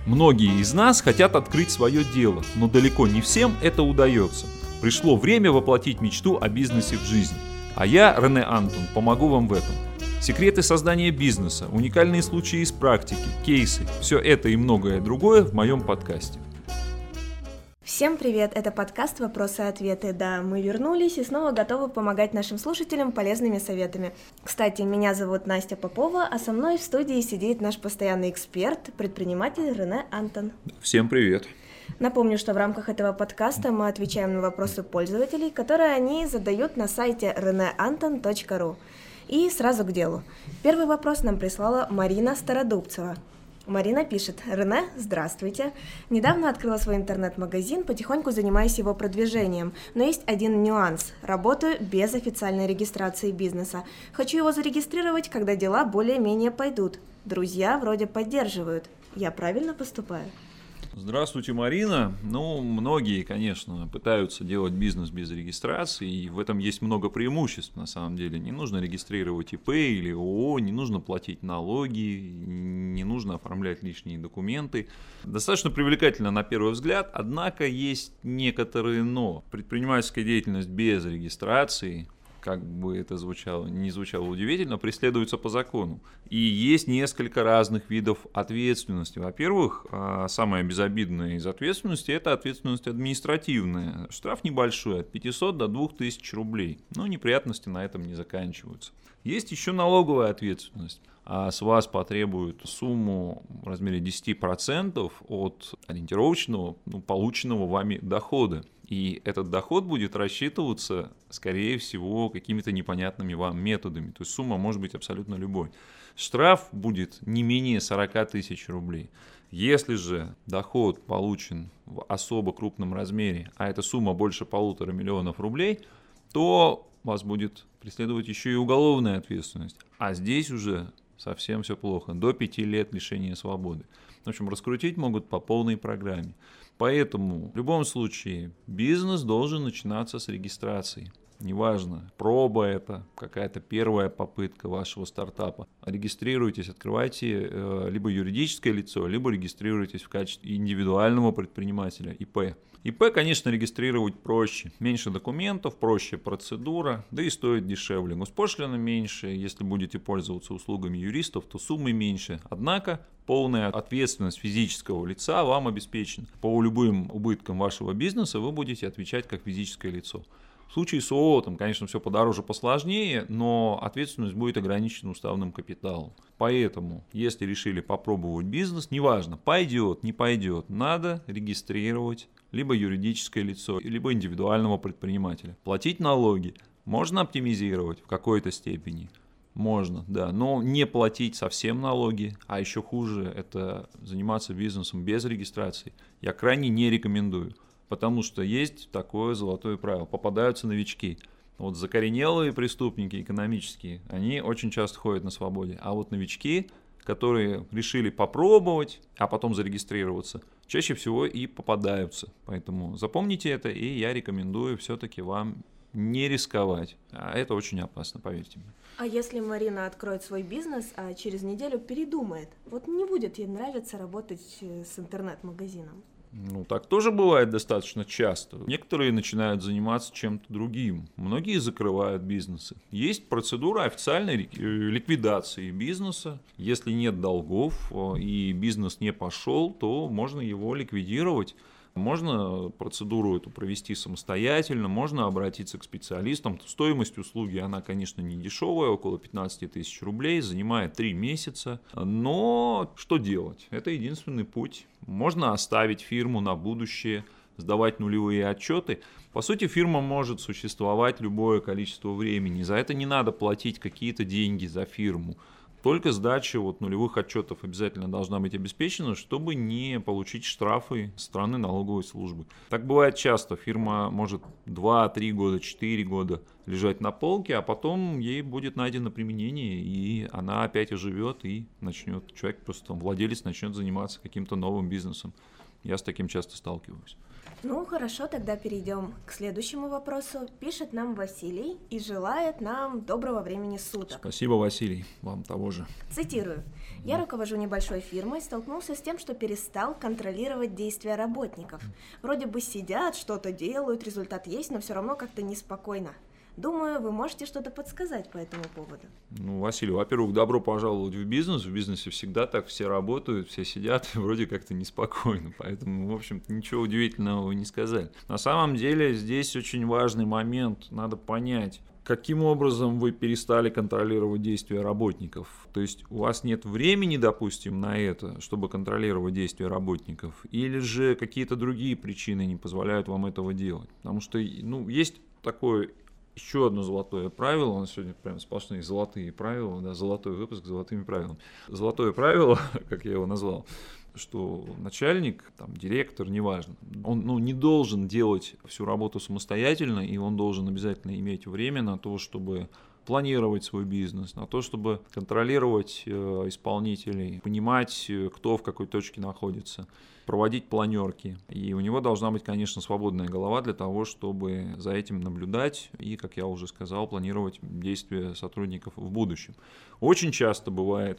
Многие из нас хотят открыть свое дело, но далеко не всем это удается. Пришло время воплотить мечту о бизнесе в жизнь. А я, Рене Антон, помогу вам в этом. Секреты создания бизнеса, уникальные случаи из практики, кейсы – все это и многое другое в моем подкасте. Всем привет! Это подкаст «Вопросы и ответы». Да, мы вернулись и снова готовы помогать нашим слушателям полезными советами. Кстати, меня зовут Настя Попова, а со мной в студии сидит наш постоянный эксперт, предприниматель Рене Антон. Всем привет! Напомню, что в рамках этого подкаста мы отвечаем на вопросы пользователей, которые они задают на сайте reneanton.ru. И сразу к делу. Первый вопрос нам прислала Марина Стародубцева. Марина пишет: «Рене, здравствуйте. Недавно открыла свой интернет-магазин, потихоньку занимаюсь его продвижением, но есть один нюанс. Работаю без официальной регистрации бизнеса. Хочу его зарегистрировать, когда дела более-менее пойдут. Друзья вроде поддерживают. Я правильно поступаю?» Здравствуйте, Марина. Многие, конечно, пытаются делать бизнес без регистрации, и в этом есть много преимуществ, на самом деле. Не нужно регистрировать ИП или ООО, не нужно платить налоги, не нужно оформлять лишние документы. Достаточно привлекательно на первый взгляд, однако есть некоторые «но». Предпринимательская деятельность без регистрации, как бы это не звучало удивительно, преследуется по закону. И есть несколько разных видов ответственности. Во-первых, самая безобидная из ответственности – это ответственность административная. Штраф небольшой, от 500 до 2000 рублей. Но неприятности на этом не заканчиваются. Есть еще налоговая ответственность. С вас потребуют сумму в размере 10% от ориентировочного, полученного вами дохода. И этот доход будет рассчитываться, скорее всего, какими-то непонятными вам методами. То есть сумма может быть абсолютно любой. Штраф будет не менее 40 тысяч рублей. Если же доход получен в особо крупном размере, а эта сумма больше 1,5 миллиона рублей, то вас будет преследовать еще и уголовная ответственность. А здесь уже совсем все плохо. До 5 лет лишения свободы. В общем, раскрутить могут по полной программе. Поэтому в любом случае бизнес должен начинаться с регистрации. Неважно, проба это, какая-то первая попытка вашего стартапа. Регистрируйтесь, открывайте либо юридическое лицо, либо регистрируйтесь в качестве индивидуального предпринимателя, ИП. ИП, конечно, регистрировать проще. Меньше документов, проще процедура, да и стоит дешевле. Госпошлина меньше, если будете пользоваться услугами юристов, то суммы меньше. Однако полная ответственность физического лица вам обеспечена. По любым убыткам вашего бизнеса вы будете отвечать как физическое лицо. В случае с ООО, там, конечно, все подороже, посложнее, но ответственность будет ограничена уставным капиталом. Поэтому, если решили попробовать бизнес, неважно, пойдет, не пойдет, надо регистрировать либо юридическое лицо, либо индивидуального предпринимателя. Платить налоги можно оптимизировать в какой-то степени. Можно, да, но не платить совсем налоги, а еще хуже это заниматься бизнесом без регистрации, я крайне не рекомендую. Потому что есть такое золотое правило. Попадаются новички. Вот закоренелые преступники экономические, они очень часто ходят на свободе. А вот новички, которые решили попробовать, а потом зарегистрироваться, чаще всего и попадаются. Поэтому запомните это, и я рекомендую все-таки вам не рисковать. А это очень опасно, поверьте мне. А если Марина откроет свой бизнес, а через неделю передумает? Вот не будет ей нравиться работать с интернет-магазином. Так тоже бывает достаточно часто. Некоторые начинают заниматься чем-то другим. Многие закрывают бизнесы. Есть процедура официальной ликвидации бизнеса. Если нет долгов и бизнес не пошел, то можно его ликвидировать. Можно процедуру эту провести самостоятельно, можно обратиться к специалистам. Стоимость услуги, она, конечно, не дешевая, около 15 тысяч рублей, занимает 3 месяца. Но что делать? Это единственный путь. Можно оставить фирму на будущее, сдавать нулевые отчеты. По сути, фирма может существовать любое количество времени. За это не надо платить какие-то деньги за фирму. Только сдача нулевых отчетов обязательно должна быть обеспечена, чтобы не получить штрафы со стороны налоговой службы. Так бывает часто. Фирма может 2, 3 года, 4 года лежать на полке, а потом ей будет найдено применение, и она опять оживет, и владелец начнет заниматься каким-то новым бизнесом. Я с таким часто сталкиваюсь. Ну, хорошо, тогда перейдем к следующему вопросу. Пишет нам Василий и желает нам доброго времени суток. Спасибо, Василий, вам того же. Цитирую. «Я руковожу небольшой фирмой, столкнулся с тем, что перестал контролировать действия работников. Вроде бы сидят, что-то делают, результат есть, но все равно как-то неспокойно. Думаю, вы можете что-то подсказать по этому поводу». Ну, Василий, во-первых, добро пожаловать в бизнес. В бизнесе всегда так, все работают, все сидят, и вроде как-то неспокойно. Поэтому, в общем-то, ничего удивительного вы не сказали. На самом деле, здесь очень важный момент. Надо понять, каким образом вы перестали контролировать действия работников. То есть у вас нет времени, допустим, на это, чтобы контролировать действия работников, или же какие-то другие причины не позволяют вам этого делать. Потому что, есть такое... Еще одно золотое правило, у нас сегодня прям сплошные золотые правила, да, золотой выпуск с золотыми правилами. Золотое правило, как я его назвал, что начальник, директор, неважно, он не должен делать всю работу самостоятельно, и он должен обязательно иметь время на то, чтобы планировать свой бизнес, на то, чтобы контролировать исполнителей, понимать, кто в какой точке находится, проводить планерки. И у него должна быть, конечно, свободная голова для того, чтобы за этим наблюдать и, как я уже сказал, планировать действия сотрудников в будущем. Очень часто бывает,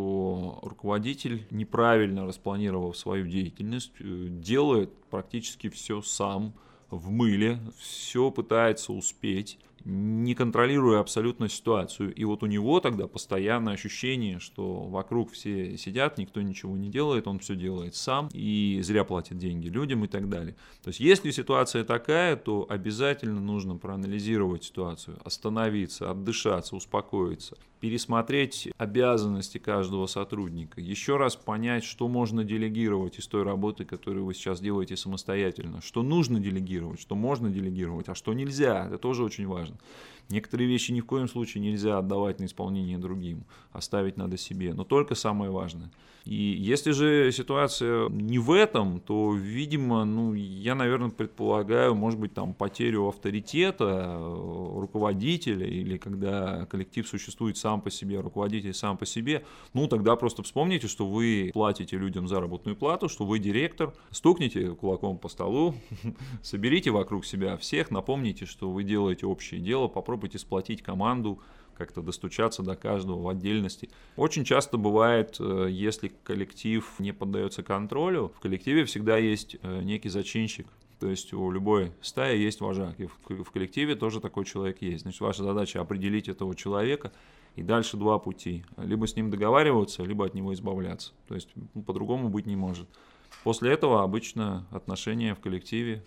что руководитель, неправильно распланировав свою деятельность, делает практически все сам, в мыле, все пытается успеть, не контролируя абсолютно ситуацию. И вот у него тогда постоянное ощущение, что вокруг все сидят, никто ничего не делает, он все делает сам и зря платит деньги людям и так далее. То есть если ситуация такая, то обязательно нужно проанализировать ситуацию, остановиться, отдышаться, успокоиться, пересмотреть обязанности каждого сотрудника, еще раз понять, что можно делегировать из той работы, которую вы сейчас делаете самостоятельно, что нужно делегировать, что можно делегировать, а что нельзя. Это тоже очень важно. Некоторые вещи ни в коем случае нельзя отдавать на исполнение другим, оставить надо себе, но только самое важное. И если же ситуация не в этом, то, видимо, я, наверное, предполагаю, может быть, потерю авторитета руководителя, или когда коллектив существует сам по себе, руководитель сам по себе, тогда просто вспомните, что вы платите людям заработную плату, что вы директор, стукните кулаком по столу, соберите вокруг себя всех, напомните, что вы делаете общее дело, попробуйте сплотить команду, как-то достучаться до каждого в отдельности. Очень часто бывает, если коллектив не поддается контролю, в коллективе всегда есть некий зачинщик. То есть у любой стаи есть вожак, и в коллективе тоже такой человек есть. Значит, ваша задача определить этого человека, и дальше два пути. Либо с ним договариваться, либо от него избавляться. То есть по-другому быть не может. После этого обычно отношения в коллективе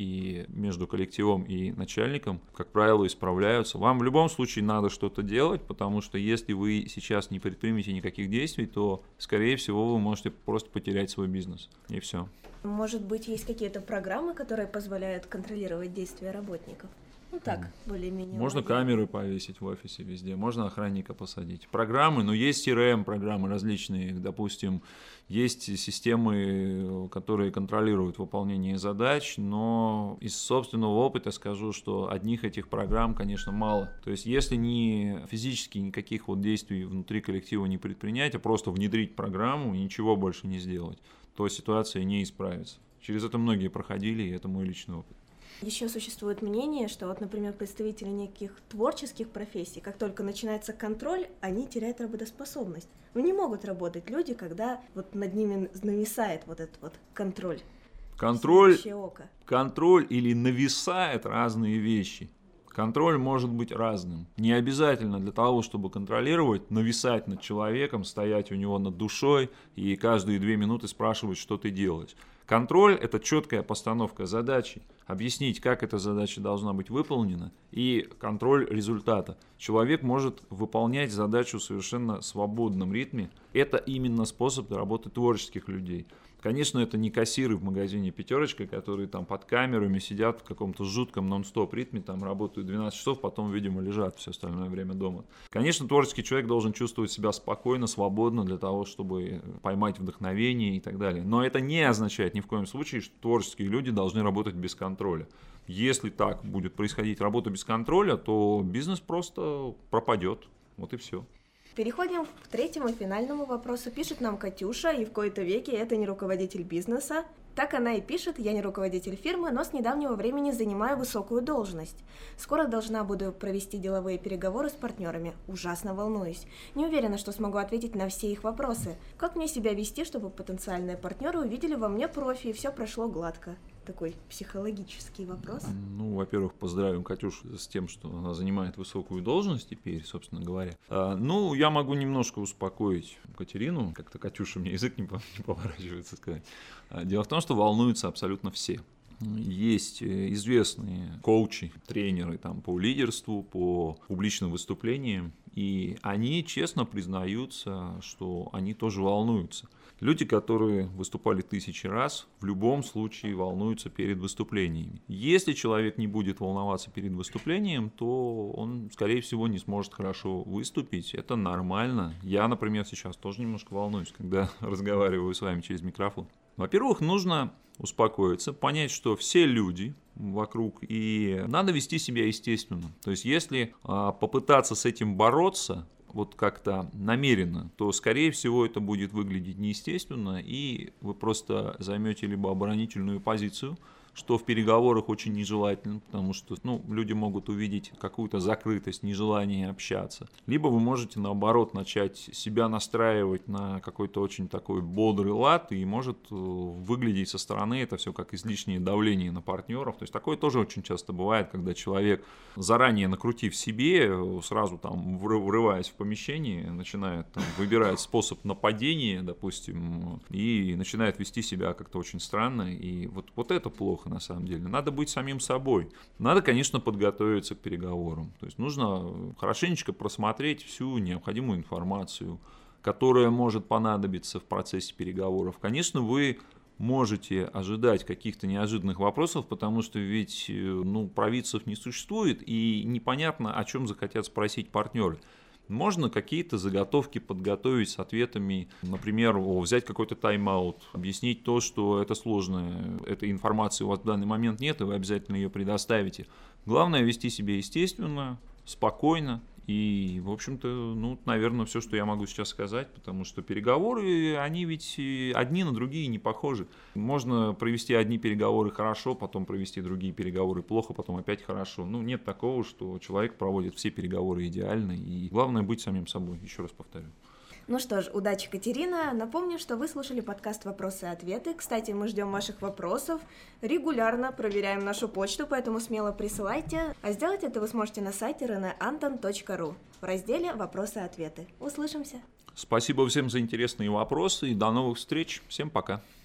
и между коллективом и начальником, как правило, исправляются. Вам в любом случае надо что-то делать, потому что если вы сейчас не предпримете никаких действий, то, скорее всего, вы можете просто потерять свой бизнес. И все. Может быть, есть какие-то программы, которые позволяют контролировать действия работников? Более-менее. Можно камеры повесить в офисе везде, можно охранника посадить. Программы, есть CRM-программы различные, допустим, есть системы, которые контролируют выполнение задач, но из собственного опыта скажу, что одних этих программ, конечно, мало. То есть, если физически никаких действий внутри коллектива не предпринять, а просто внедрить программу и ничего больше не сделать, то ситуация не исправится. Через это многие проходили, и это мой личный опыт. Еще существует мнение, что например, представители неких творческих профессий, как только начинается контроль, они теряют работоспособность. Не могут работать люди, когда над ними нависает этот контроль. Контроль или нависает разные вещи. Контроль может быть разным. Не обязательно для того, чтобы контролировать, нависать над человеком, стоять у него над душой и каждые 2 минуты спрашивать, что ты делаешь. Контроль – это четкая постановка задачи, объяснить, как эта задача должна быть выполнена, и контроль результата. Человек может выполнять задачу в совершенно свободном ритме. Это именно способ работы творческих людей. Конечно, это не кассиры в магазине «Пятерочка», которые под камерами сидят в каком-то жутком нон-стоп ритме, работают 12 часов, потом, видимо, лежат все остальное время дома. Конечно, творческий человек должен чувствовать себя спокойно, свободно для того, чтобы поймать вдохновение и так далее. Но это не означает ни в коем случае, что творческие люди должны работать без контроля. Если так будет происходить работа без контроля, то бизнес просто пропадет. Вот и все. Переходим к третьему и финальному вопросу. Пишет нам Катюша, и в кои-то веке это не руководитель бизнеса. Так она и пишет: я не руководитель фирмы, но с недавнего времени занимаю высокую должность. Скоро должна буду провести деловые переговоры с партнерами. Ужасно волнуюсь. Не уверена, что смогу ответить на все их вопросы. Как мне себя вести, чтобы потенциальные партнеры увидели во мне профи и все прошло гладко? Такой психологический вопрос. Ну, во-первых, поздравим Катюшу с тем, что она занимает высокую должность теперь, собственно говоря. Ну, я могу немножко успокоить Катерину, как-то Катюша, мне язык не поворачивается сказать. Дело в том, что волнуются абсолютно все. Есть известные коучи, тренеры там, по лидерству, по публичным выступлениям, и они честно признаются, что они тоже волнуются. Люди, которые выступали 1000 раз, в любом случае волнуются перед выступлениями. Если человек не будет волноваться перед выступлением, то он, скорее всего, не сможет хорошо выступить. Это нормально. Я, например, сейчас тоже немножко волнуюсь, когда разговариваю с вами через микрофон. Во-первых, нужно успокоиться, понять, что все люди вокруг, и надо вести себя естественно. То есть, если попытаться с этим бороться, вот как-то намеренно, то, скорее всего, это будет выглядеть неестественно, и вы просто займете либо оборонительную позицию, что в переговорах очень нежелательно, потому что люди могут увидеть какую-то закрытость, нежелание общаться. Либо вы можете, наоборот, начать себя настраивать на какой-то очень такой бодрый лад, и может выглядеть со стороны это все как излишнее давление на партнеров. То есть такое тоже очень часто бывает, когда человек, заранее накрутив себе, сразу там врываясь в помещение, начинает выбирать способ нападения, допустим, и начинает вести себя как-то очень странно. И вот это плохо. На самом деле. Надо быть самим собой. Надо, конечно, подготовиться к переговорам. То есть нужно хорошенечко просмотреть всю необходимую информацию, которая может понадобиться в процессе переговоров. Конечно, вы можете ожидать каких-то неожиданных вопросов, потому что ведь провидцев не существует, и непонятно, о чем захотят спросить партнеры. Можно какие-то заготовки подготовить с ответами, например, взять какой-то тайм-аут, объяснить то, что это сложно, этой информации у вас в данный момент нет, и вы обязательно ее предоставите. Главное вести себя естественно, спокойно. И, в общем-то, наверное, все, что я могу сейчас сказать, потому что переговоры, они ведь одни на другие не похожи. Можно провести одни переговоры хорошо, потом провести другие переговоры плохо, потом опять хорошо. Нет такого, что человек проводит все переговоры идеально, и главное быть самим собой, еще раз повторю. Ну что ж, удачи, Катерина. Напомню, что вы слушали подкаст «Вопросы и ответы». Кстати, мы ждем ваших вопросов. Регулярно проверяем нашу почту, поэтому смело присылайте. А сделать это вы сможете на сайте reneanton.ru в разделе «Вопросы и ответы». Услышимся. Спасибо всем за интересные вопросы и до новых встреч. Всем пока.